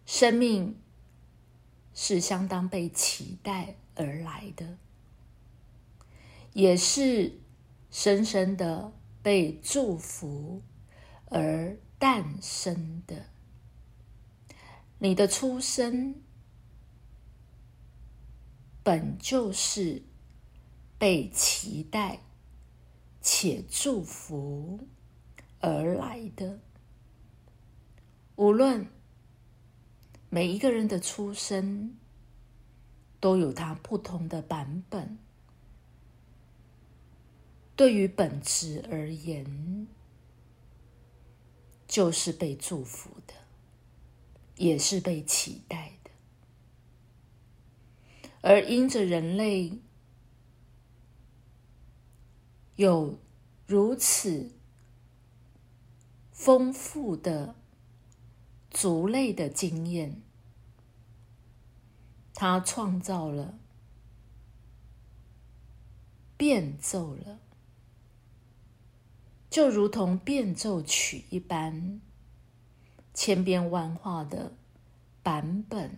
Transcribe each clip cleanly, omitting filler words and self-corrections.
生命是相当被期待而来的，也是深深的被祝福而诞生的。你的出生本就是被期待且祝福而来的。无论每一个人的出生都有它不同的版本，对于本质而言，就是被祝福的，也是被期待的。而因着人类有如此丰富的族类的经验，他创造了，变奏了，就如同变奏曲一般，千变万化的版本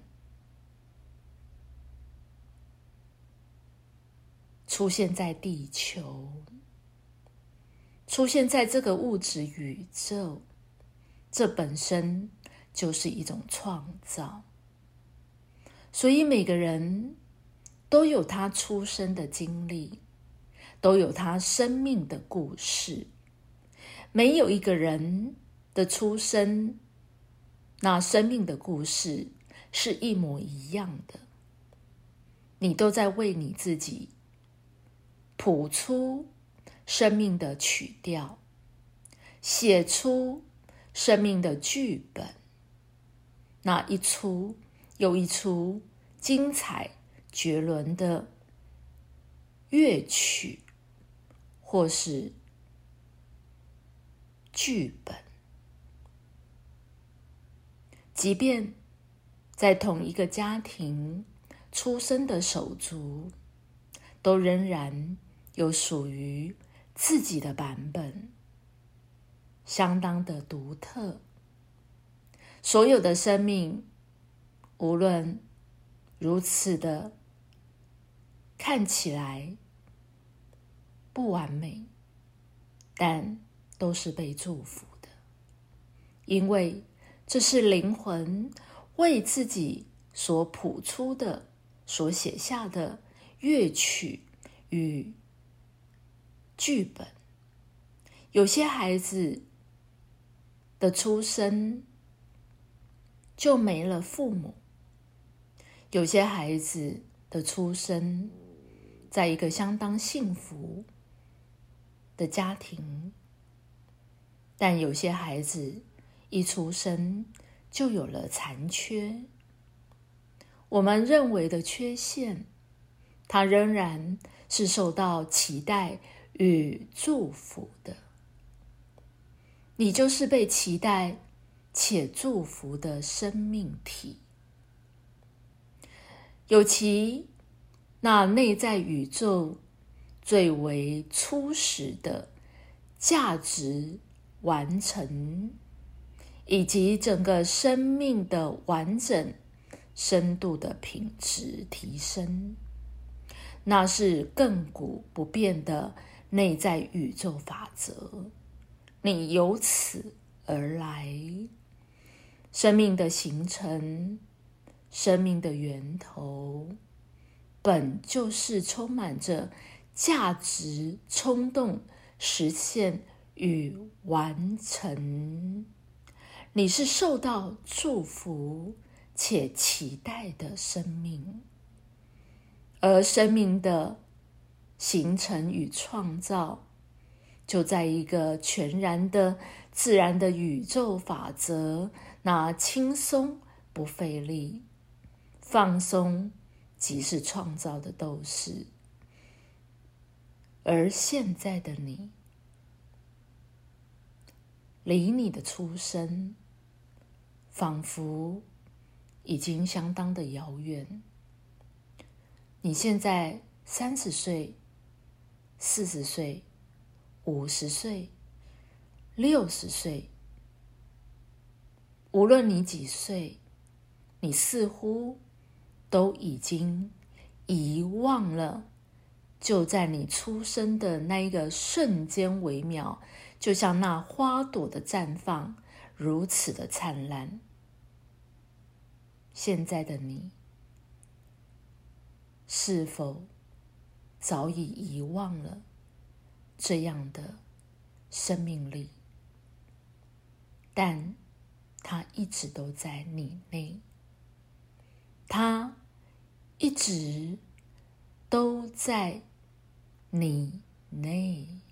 出现在地球，出现在这个物质宇宙，这本身就是一种创造。所以每个人都有他出生的经历，都有他生命的故事。没有一个人的出生，那生命的故事是一模一样的。你都在为你自己谱出生命的曲调，写出生命的剧本，那一出又一出精彩绝伦的乐曲或是剧本。即便在同一个家庭出生的手足，都仍然有属于自己的版本，相当的独特。所有的生命，无论如此的看起来不完美，但都是被祝福的，因为这是灵魂为自己所谱出的、所写下的乐曲与剧本。有些孩子的出生就没了父母，有些孩子的出生在一个相当幸福的家庭，但有些孩子一出生就有了残缺。我们认为的缺陷，它仍然是受到期待与祝福的。你就是被期待且祝福的生命体，有其那内在宇宙最为初始的价值完成，以及整个生命的完整深度的品质提升，那是亘古不变的内在宇宙法则。你由此而来，生命的形成，生命的源头，本就是充满着价值冲动实现与完成。你是受到祝福且期待的生命，而生命的形成与创造就在一个全然的自然的宇宙法则，那轻松不费力，放松即是创造的斗士。而现在的你，离你的出生仿佛已经相当的遥远。你现在30岁、40岁、50岁、60岁，无论你几岁， 你似乎都已经遗忘了，就在你出生的那一个瞬间微秒，就像那花朵的绽放如此的灿烂。现在的你是否早已遗忘了这样的生命力？但它一直都在你内，它一直都在你内。